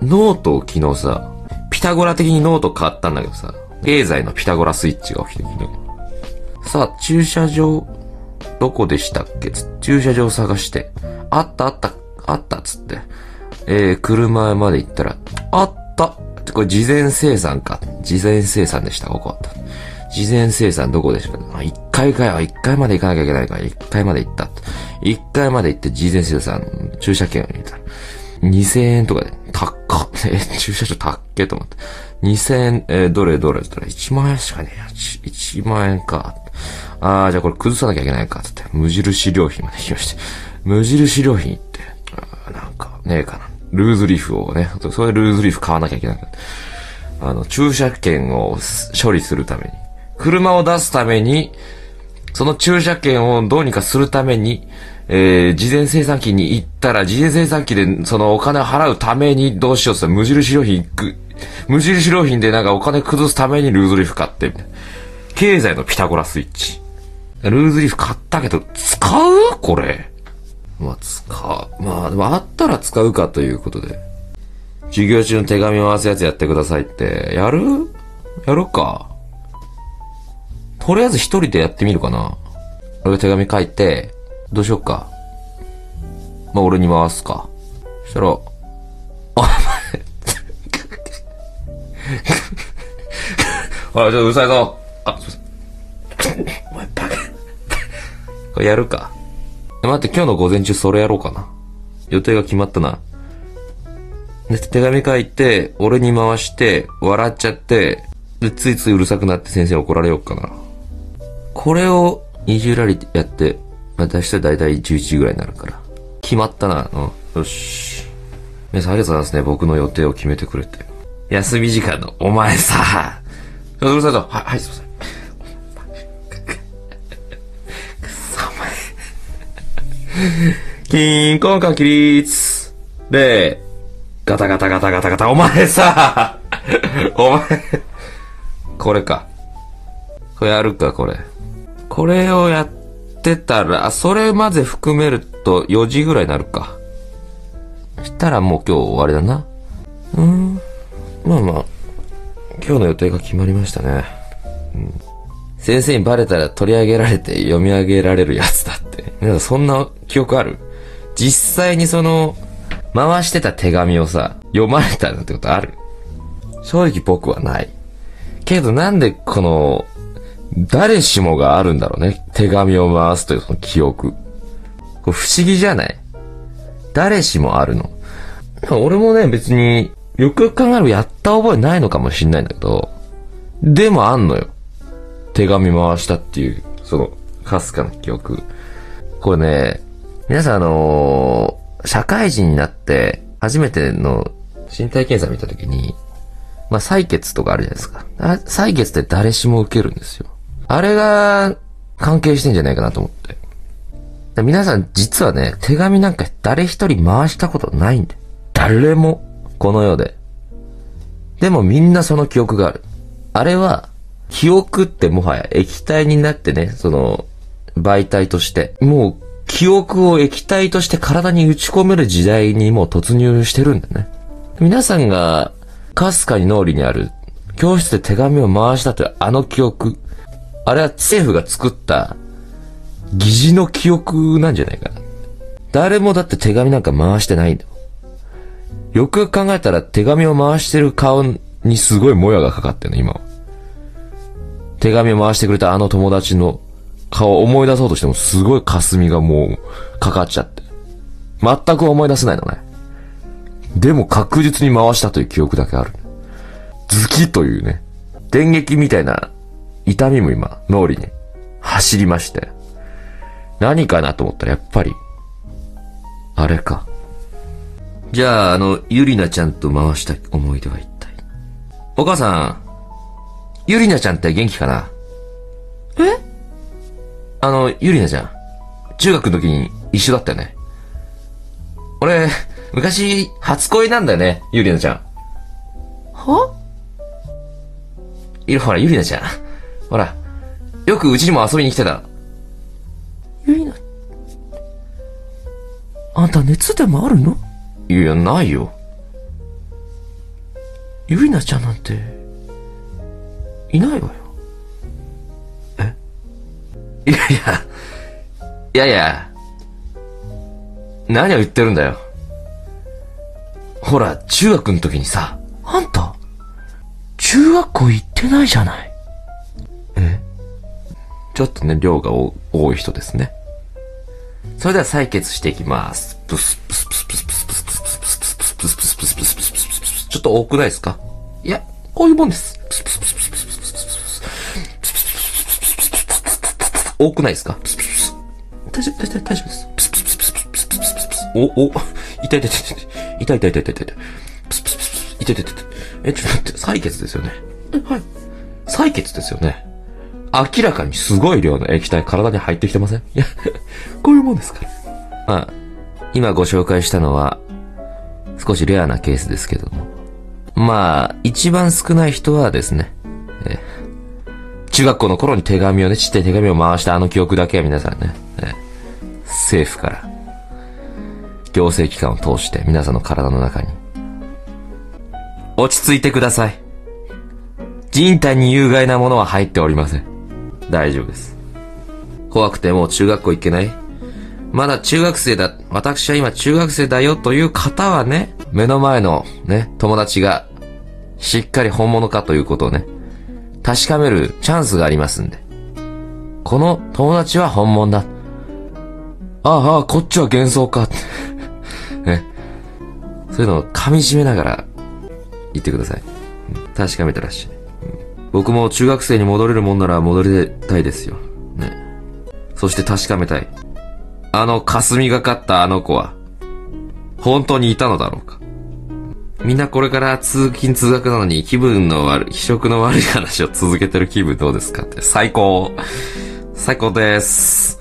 ノートを昨日さ、ピタゴラ的にノート買ったんだけどさ、経済のピタゴラスイッチが起きて昨日。さあ、駐車場、どこでしたっけ？駐車場探して。あったっつって。車まで行ったら、あったこれ事前生産か。事前生産でした、ここ。事前生産どこでしたか？1階かよ。1階まで行かなきゃいけないから、1階まで行った。1階まで行って事前生産、駐車券を入れたら。2000円とかで、高っ。駐車場高っけと思って。2000円、どれって言ったら1万円しかねえよ。1万円か。じゃあこれ崩さなきゃいけないか。つって、無印良品まで行きまして。無印良品行って、なんか、ねえかな。ルーズリーフをね、それルーズリーフ買わなきゃいけないから。駐車券を処理するために。車を出すために、その駐車券をどうにかするために、事前生産機に行ったら、事前生産機でそのお金を払うためにどうしようって無印良品行く。無印良品でなんかお金崩すためにルーズリーフ買って、みたいな。経済のピタゴラスイッチ。ルーズリーフ買ったけど、使う？これ。でもあったら使うかということで。授業中の手紙を回すやつやってくださいって、やるか。とりあえず一人でやってみるかな。俺が手紙書いて、どうしよっか。俺に回すか。そしたら、お前、ほら、ちょっとうるさいぞ。すいません。お前バカ。これやるか。待って、今日の午前中それやろうかな。予定が決まったな。で、手紙書いて、俺に回して、笑っちゃって、で、ついついうるさくなって先生に怒られようかな。これを20ラリやって、出したらだいたい11時ぐらいになるから。決まったな。よし。皆さんありがとうございますね。僕の予定を決めてくれて。休み時間のお前さ。うるさいぞ。はい、すいません。くそ、お前。キーンコンカン起立。で、ガタガタ、お前さ。お前。これか。これやるか、これ。これをやってたら、それまで含めると4時ぐらいになるか。したらもう今日終わりだな。まあ、今日の予定が決まりましたね。先生にバレたら取り上げられて読み上げられるやつだって。皆さんそんな記憶ある？実際に回してた手紙をさ、読まれたなんてことある？正直僕はない。けどなんで誰しもがあるんだろうね。手紙を回すというその記憶。これ不思議じゃない？誰しもあるの。俺もね、別によくよく考えればやった覚えないのかもしんないんだけど、でもあんのよ。手紙回したっていう、かすかな記憶。これね、皆さん社会人になって初めての身体検査見たときに、採血とかあるじゃないですか。採血って誰しも受けるんですよ。あれが関係してんじゃないかなと思って。皆さん実はね、手紙なんか誰一人回したことないんで。誰も、この世で。でもみんなその記憶がある。あれは、記憶ってもはや液体になってね、媒体として、もう記憶を液体として体に打ち込める時代にもう突入してるんだね。皆さんが、かすかに脳裏にある、教室で手紙を回したというあの記憶。あれは政府が作った、疑似の記憶なんじゃないかな。誰もだって手紙なんか回してないんだよ。よくよく考えたら手紙を回してる顔にすごいもやがかかってるの、今は。手紙を回してくれたあの友達の顔を思い出そうとしてもすごい霞がもうかかっちゃって。全く思い出せないのね。でも確実に回したという記憶だけある。ズキというね、電撃みたいな痛みも今脳裏に走りまして。何かなと思ったらやっぱり、あれか。じゃあゆりなちゃんと回した思い出は一体。お母さん、ゆりなちゃんって元気かな？ゆりなちゃん。中学の時に一緒だったよね。俺、昔、初恋なんだよね、ゆりなちゃん。ほら、ゆりなちゃん。ほら、よくうちにも遊びに来てた。ゆりな、あんた熱でもあるの？いや、ないよ。 ゆりなちゃんなんて、いないわよ。いやいや、いやいや、何を言ってるんだよ。ほら、中学の時にさ、あんた、中学校行ってないじゃない。ちょっとね、量が多い人ですね。それでは採血していきます。プスプスプスプスプスプスプスプスプスプスプスプスプスプスプスプスプスプス。ちょっと多くないですか？いや、こういうもんです。多くないですか？大丈夫です。痛い。ちょっと待って、採血ですよね。はい。採血ですよね。明らかにすごい量の液体体に入ってきてません？いや、こういうもんですから。まあ、今ご紹介したのは、少しレアなケースですけども。まあ、一番少ない人はですね、中学校の頃にちっちゃい手紙を回したあの記憶だけは皆さんね、政府から、行政機関を通して皆さんの体の中に、落ち着いてください。人体に有害なものは入っておりません。大丈夫です。怖くてもう中学校行けない？まだ中学生だ、私は今中学生だよという方はね、目の前のね、友達がしっかり本物かということをね、確かめるチャンスがありますんで。この友達は本物だ。ああ、こっちは幻想か。ね。そういうのを噛み締めながら言ってください。確かめてらっしゃい。僕も中学生に戻れるもんなら戻りたいですよ。ね。そして確かめたい。あの霞がかったあの子は、本当にいたのだろうか。みんなこれから通勤通学なのに気色の悪い話を続けてる気分どうですかって。最高です。